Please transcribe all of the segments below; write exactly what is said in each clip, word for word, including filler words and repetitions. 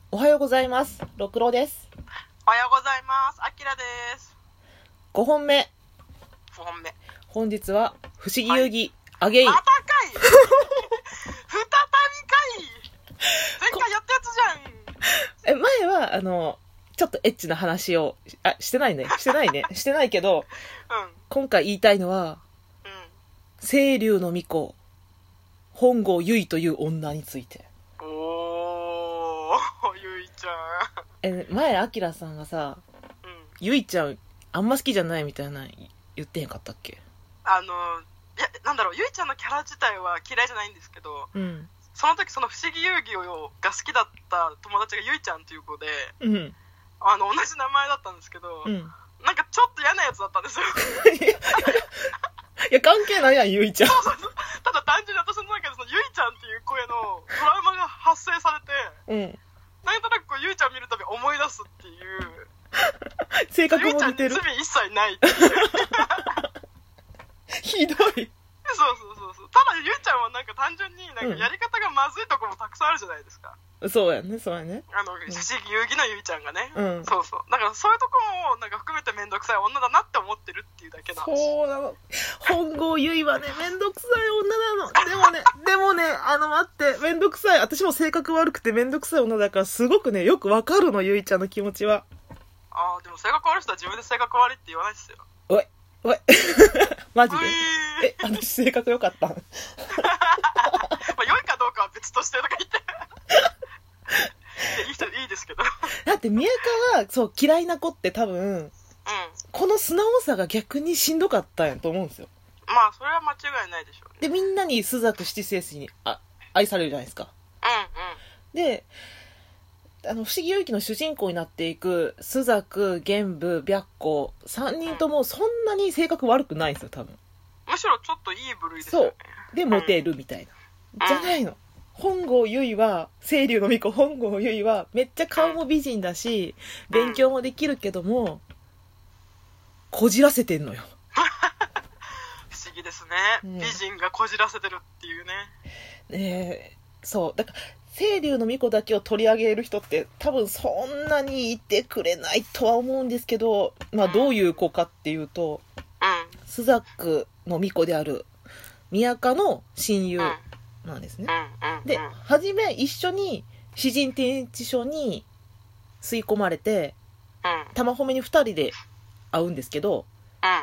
おはようございます。ろくろです。 おはようございます。あきらです。 ごほんめ。 ごほんめ。 本日は不思議遊戯、はい、アゲイン。 またかい再びかい前回やったやつじゃん。 え、前はあのちょっとエッチな話をあしてないねしてないねしてないけど、うん、今回言いたいのは、うん、清流の巫女本郷ゆいという女について。 おー、ゆいちゃん。 え、前あきらさんがさ、うん、ゆいちゃんあんま好きじゃないみたいな言ってへんかったっけ？ あのいや、なんだろう、ゆいちゃんのキャラ自体は嫌いじゃないんですけど、うん、その時その不思議遊戯をが好きだった友達がゆいちゃんという子で、うん、あの同じ名前だったんですけど、うん、なんかちょっと嫌なやつだったんですよ。 いや関係ないやん、ゆいちゃん。 そうそうそう、ただ単純に私の中でそのゆいちゃんっていう声のトラウマが発生されて、うん、なんとなくこうゆいちゃん見るたび思い出すっていう性格も似てる。 ゆいちゃんに罪一切ないっていうひどい。 そうそうそうそう。ただゆいちゃんはなんか単純になんかやり方がまずいとこもたくさんあるじゃないですか。 うん、そうやね、そうやね。 あの、不思議遊戯のゆいちゃんがね、うん、そうそう。だからそういうとこもなんか含めてめんどくさい女だなって思ってるっていうだけなんです。 そうなの。本郷ゆいはね、めんどくさい女なの。でもね、でもね、あの待って、めんどくさい。私も性格悪くてめんどくさい女だからすごくね、よくわかるの、ゆいちゃんの気持ちは。 ああ、でも性格悪い人は自分で性格悪いって言わないですよ。 おい。おいマジでえ、私性格良かったんまあ良いかどうかは別としてとか言っていい人いいですけど。 だって宮川はそう嫌いな子って多分、うん、この素直さが逆にしんどかったんやと思うんですよ。 まあそれは間違いないでしょうね。 でみんなに朱雀七星子にあ愛されるじゃないですか。うんうん。であの不思議遊戯の主人公になっていく朱雀、玄武、白虎さんにんともそんなに性格悪くないんですよ多分。 むしろちょっといい部類ですよね。 そうでモテるみたいな、うん、じゃないの。本郷ゆいは清流の巫女本郷ゆいはめっちゃ顔も美人だし、うん、勉強もできるけどもこじらせてんのよ。 不思議ですね、うん、美人がこじらせてるっていうね。 ねえ、そうだから清流の巫女だけを取り上げる人って多分そんなにいてくれないとは思うんですけど、まあどういう子かっていうと、朱雀の巫女である宮家の親友なんですね。で初め一緒に詩人天地書に吸い込まれて玉褒めにふたりで会うんですけど、あ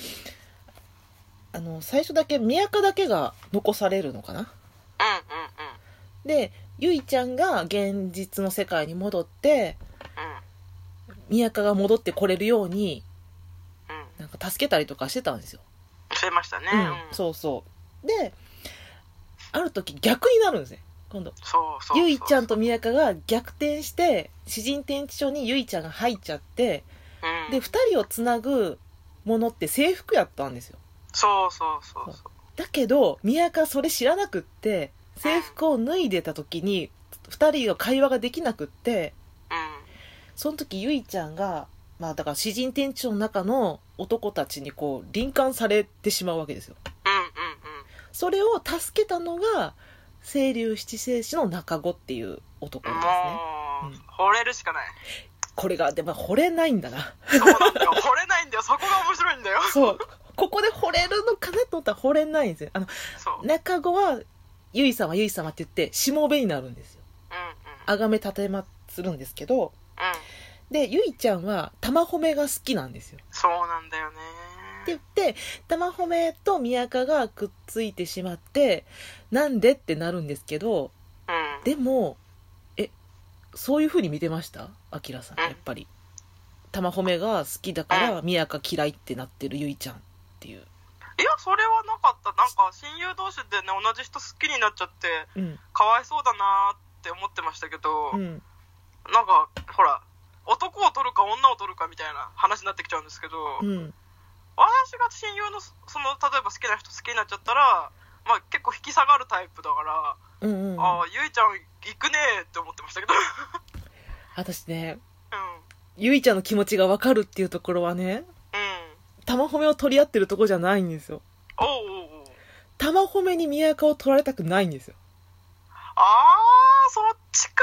の最初だけ宮家だけが残されるのかな。でゆいちゃんが現実の世界に戻って、うん、宮家が戻ってこれるように、うん、なんか助けたりとかしてたんですよ。 してましたね、 うん、そうそうである時逆になるんですね今度。 そうそうそうそう、 ゆいちゃんと宮家が逆転して詩人天地書にゆいちゃんが入っちゃって、うん、でふたりをつなぐものって制服やったんですよ。 そうそうそうそう。 だけど宮家それ知らなくって制服を脱いでた時にふたりが会話ができなくって、うん、その時ゆいちゃんがまあだから詩人天地書の中の男たちにこう臨間されてしまうわけですよ、うんうんうん、それを助けたのが清流七星子の中子っていう男なんですね。 もう、うん、惚れるしかない。 これがでも惚れないんだな。 そうなんだよ、惚れないんだよ、そこが面白いんだよ。そうここで惚れるのかなと思ったら惚れないんですよ。あの中子はゆい様ゆい様って言ってしもべになるんですよ。あがめたてまつるんですけど、うん、でゆいちゃんは玉褒めが好きなんですよ。 そうなんだよねって言って玉褒めと宮家がくっついてしまってなんでってなるんですけど、うん、でもえそういう風に見てましたあきらさん、うん、やっぱり玉褒めが好きだから、うん、宮家嫌いってなってるゆいちゃんっていう。 いやそれはなかった。なんか親友同士でね同じ人好きになっちゃって、うん、かわいそうだなって思ってましたけど、うん、なんかほら男を取るか女を取るかみたいな話になってきちゃうんですけど、うん、私が親友のその例えば好きな人好きになっちゃったら、まあ、結構引き下がるタイプだから、うんうん、ああゆいちゃん行くねって思ってましたけど私ね、うん、ゆいちゃんの気持ちが分かるっていうところはね、玉褒めを取り合ってるとこじゃないんですよ。 おうおうおう。 玉褒めに宮家を取られたくないんですよ。 あーそっちか。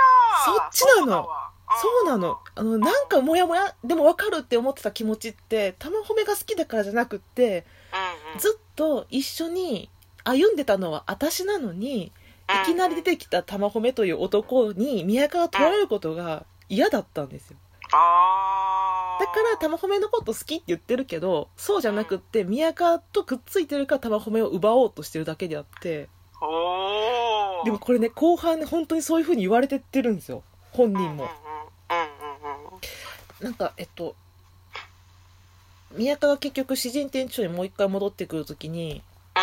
そっちなの。そうなの。あの、なんかモヤモヤ、でも分かるって思ってた気持ちって、玉褒めが好きだからじゃなくって、 うんうん、 ずっと一緒に歩んでたのは私なのに、いきなり出てきた玉褒めという男に宮川が取られることが嫌だったんですよ。 あだから玉褒めのこと好きって言ってるけど、そうじゃなくって宮川とくっついてるから玉褒めを奪おうとしてるだけであって、 おでもこれね、後半ね本当にそういう風に言われてってるんですよ、本人も。なんかえっと宮川が結局詩人店長にもう一回戻ってくるときに、 うん、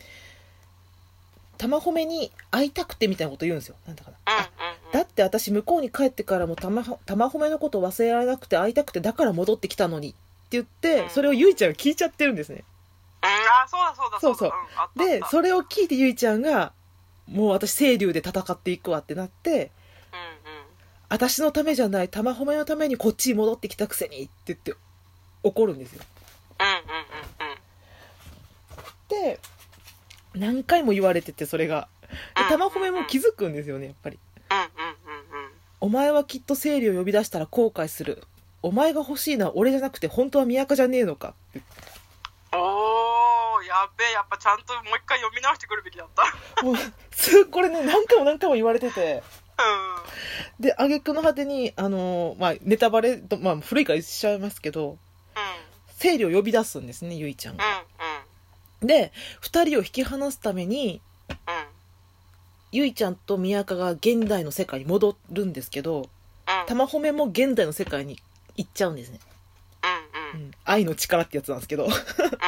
玉褒めに会いたくてみたいなこと言うんですよ。なんだかな、 うんうんうん、 あ、だって私向こうに帰ってからも玉玉褒めのこと忘れられなくて会いたくてだから戻ってきたのにって言って、うん、それをゆいちゃんが聞いちゃってるんですね。 うん、あ、そうだそうだそうそう、うん、でそれを聞いてゆいちゃんがもう私清流で戦っていくわってなって、うんうん、私のためじゃない玉褒めのためにこっちに戻ってきたくせにって言って怒るんですよ。 うんうんうんうん、で何回も言われてて、それがで玉褒めも気づくんですよね、やっぱり。 うんうんうんうん、 お前はきっと生理を呼び出したら後悔する。お前が欲しいのは俺じゃなくて本当は宮川じゃねえのかって。 おー、やべえ、やっぱちゃんともう一回読み直してくるべきだったもうすこれね何回も何回も言われてて、 うん、 で挙句の果てにあのー、まあ、ネタバレと、まあ、古いから言っちゃいますけど、生理を呼び出すんですね、ゆいちゃんが、うんうん、でふたりを引き離すために、 うん、 ゆいちゃんと宮川が現代の世界に戻るんですけど、うん、玉褒めも現代の世界に行っちゃうんですね、うんうんうん、愛の力ってやつなんですけど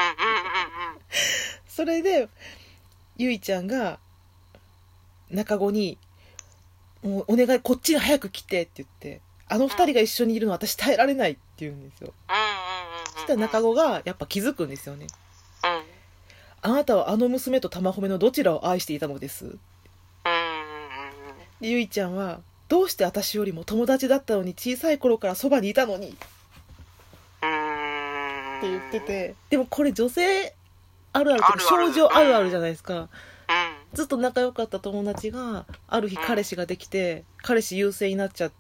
それでゆいちゃんが中子にもうお願いこっちに早く来てって言って、あの二人が一緒にいるの私耐えられないって言うんですよ。そしたら中子がやっぱ気づくんですよね、うん、あなたはあの娘と玉褒めのどちらを愛していたのです、うん、でゆいちゃんはどうして私よりも友達だったのに小さい頃からそばにいたのにって言ってて、でもこれ女性あるあるとか少女あるあるじゃないですか。ずっと仲良かった友達がある日彼氏ができて、彼氏優勢になっちゃって、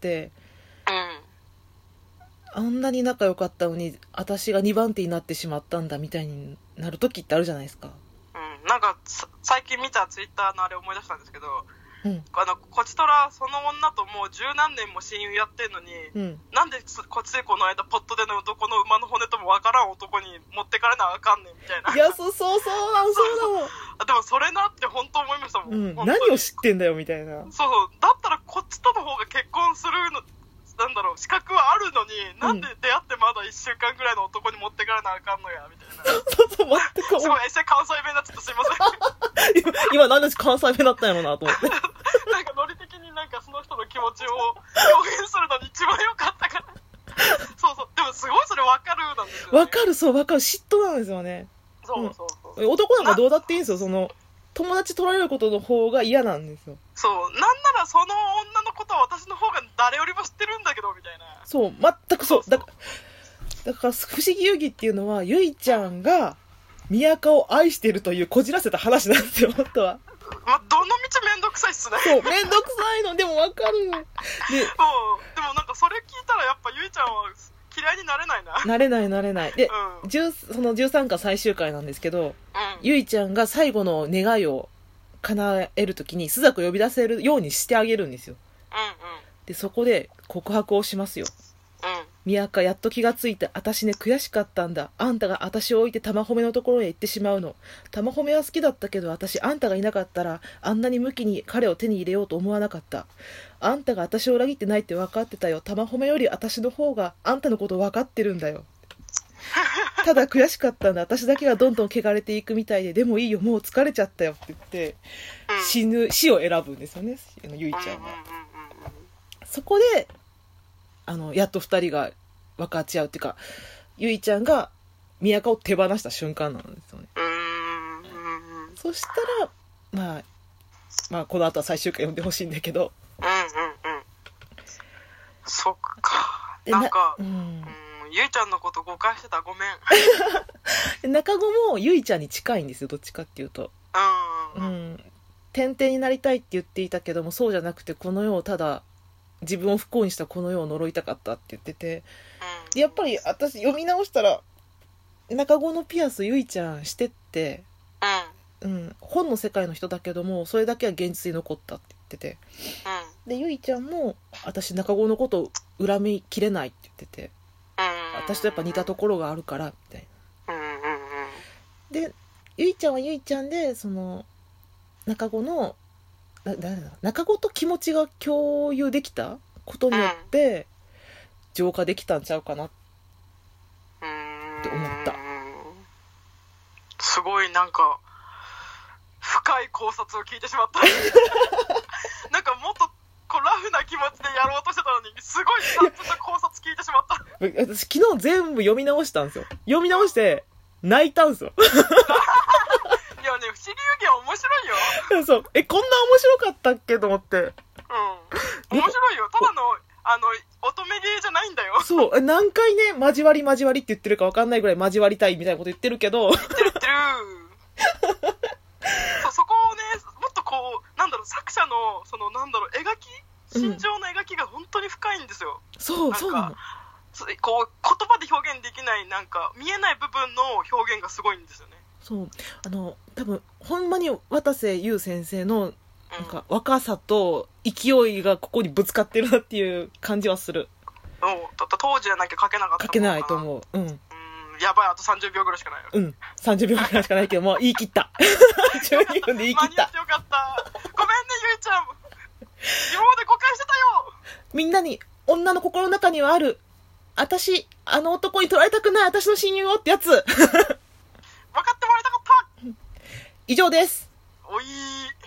あんなに仲良かったのに私がにばん手になってしまったんだみたいになる時ってあるじゃないですか、 うん、なんか最近見たツイッターのあれ思い出したんですけど、うん、あのこちとらその女ともう十何年も親友やってんのに、うん、なんでこっちでこの間ポットでの男の馬の骨ともわからん男に持ってかれなあかんねんみたいな。 いやそうそうそうなんそうなのでもそれなって本当思いましたもん、 うん、何を知ってんだよみたいな。 そうそう、だったらこっちとの方が結婚するのなんだろう資格はあるのに、うん、なんで出会ってまだいっしゅうかんぐらいの男に持ってかれなあかんのやみたいな。 そうそう待ってこうすごいエセ関西弁になっちゃったすいません今, 今なんで関西弁だったんやろなと思ってなんかノリ的になんかその人の気持ちを表現するのに一番良かったからそうそう、でもすごいそれ分かるなんですよね。 分かる、そう分かる、嫉妬なんですよね。 そうそうそう、 うん、男なんかどうだっていいんですよ、その友達取られることの方が嫌なんですよ。 そう、なんならその女のことは私の方が誰よりも知ってるんだけどみたいな。そう全くそう、だからだから不思議遊戯っていうのはゆいちゃんが宮川を愛しているというこじらせた話なんですよ本当は。 まあ、どの道めんどくさいっすね。 そうめんどくさいのでも分かるで、 もうでもなんかそれ聞いたらやっぱゆいちゃんは嫌いになれないな。 なれないなれないで、うん、そのじゅうさんか最終回なんですけど、うん、ゆいちゃんが最後の願いを叶えるときに朱雀を呼び出せるようにしてあげるんですよ、 うんうん、 でそこで告白をしますよ、うん、宮川やっと気がついた、私ね悔しかったんだ、あんたが私を置いて玉褒めのところへ行ってしまうの、玉褒めは好きだったけど私あんたがいなかったらあんなにムキに彼を手に入れようと思わなかった、あんたが私を裏切ってないって分かってたよ、玉褒めより私の方があんたのこと分かってるんだよただ悔しかったんだ、私だけがどんどん汚れていくみたいで、でもいいよもう疲れちゃったよって言って、うん、死ぬ死を選ぶんですよねゆいちゃんは。そこであのやっとふたりが分かち合うっていうか、ゆいちゃんが宮川を手放した瞬間なんですよね。そしたらまあまあこの後は最終回読んでほしいんだけど、 うんうんうん、そっか、なんか、うん、ゆいちゃんのこと誤解してた、ごめん中子もゆいちゃんに近いんですよ、どっちかっていうと、 うん、うん、 天帝になりたいって言っていたけどもそうじゃなくてこの世をただ自分を不幸にしたこの世を呪いたかったって言ってて、でやっぱり私読み直したら中郷のピアスゆいちゃんしてって、うん、本の世界の人だけどもそれだけは現実に残ったって言ってて、でゆいちゃんも私中郷のことを恨みきれないって言ってて、私とやっぱ似たところがあるからみたいな。でゆいちゃんはゆいちゃんでその中郷のな誰だ中郷と気持ちが共有できたことによって浄化できたんちゃうかなって思った。 すごいなんか深い考察を聞いてしまったなんかもっとこうラフな気持ちでやろうとしてたのにすごいちゃんとした考察聞いてしまった私昨日全部読み直したんですよ。読み直して泣いたんですよいやね、 不思議遊戯は面白いよそう、え、こんな面白かったっけと思って。うん。面白いよ。ただの、あの、乙女芸じゃないんだよ。 そう、何回ね、交わり交わりって言ってるか分かんないぐらい交わりたいみたいなこと言ってるけど。言ってる言ってるそう、そこをね、もっとこう、なんだろう、作者の、その、なんだろう、描き、心情の描きが本当に深いんですよ。 うん、そう、そうなの。 こう言葉で表現できないなんか見えない部分の表現がすごいんですよね。 そうあの多分ほんまに渡瀬優先生のなんか若さと勢いがここにぶつかってるなっていう感じはする。 うん、当時じゃなきゃ書けなかった書けないと思う。うん。うんやばいあとさんじゅうびょうぐらいしかないよ。 うんさんじゅうびょうぐらいしかないけどもう言い切った。じゅうにふんで言い切った。間に合ってよかった。ごめんねゆいちゃん。今まで誤解してたよ。 みんなに女の心の中にはある。私、あの男に取られたくない私の親友をってやつ。分かってもらいたかった。 以上です。 おいー。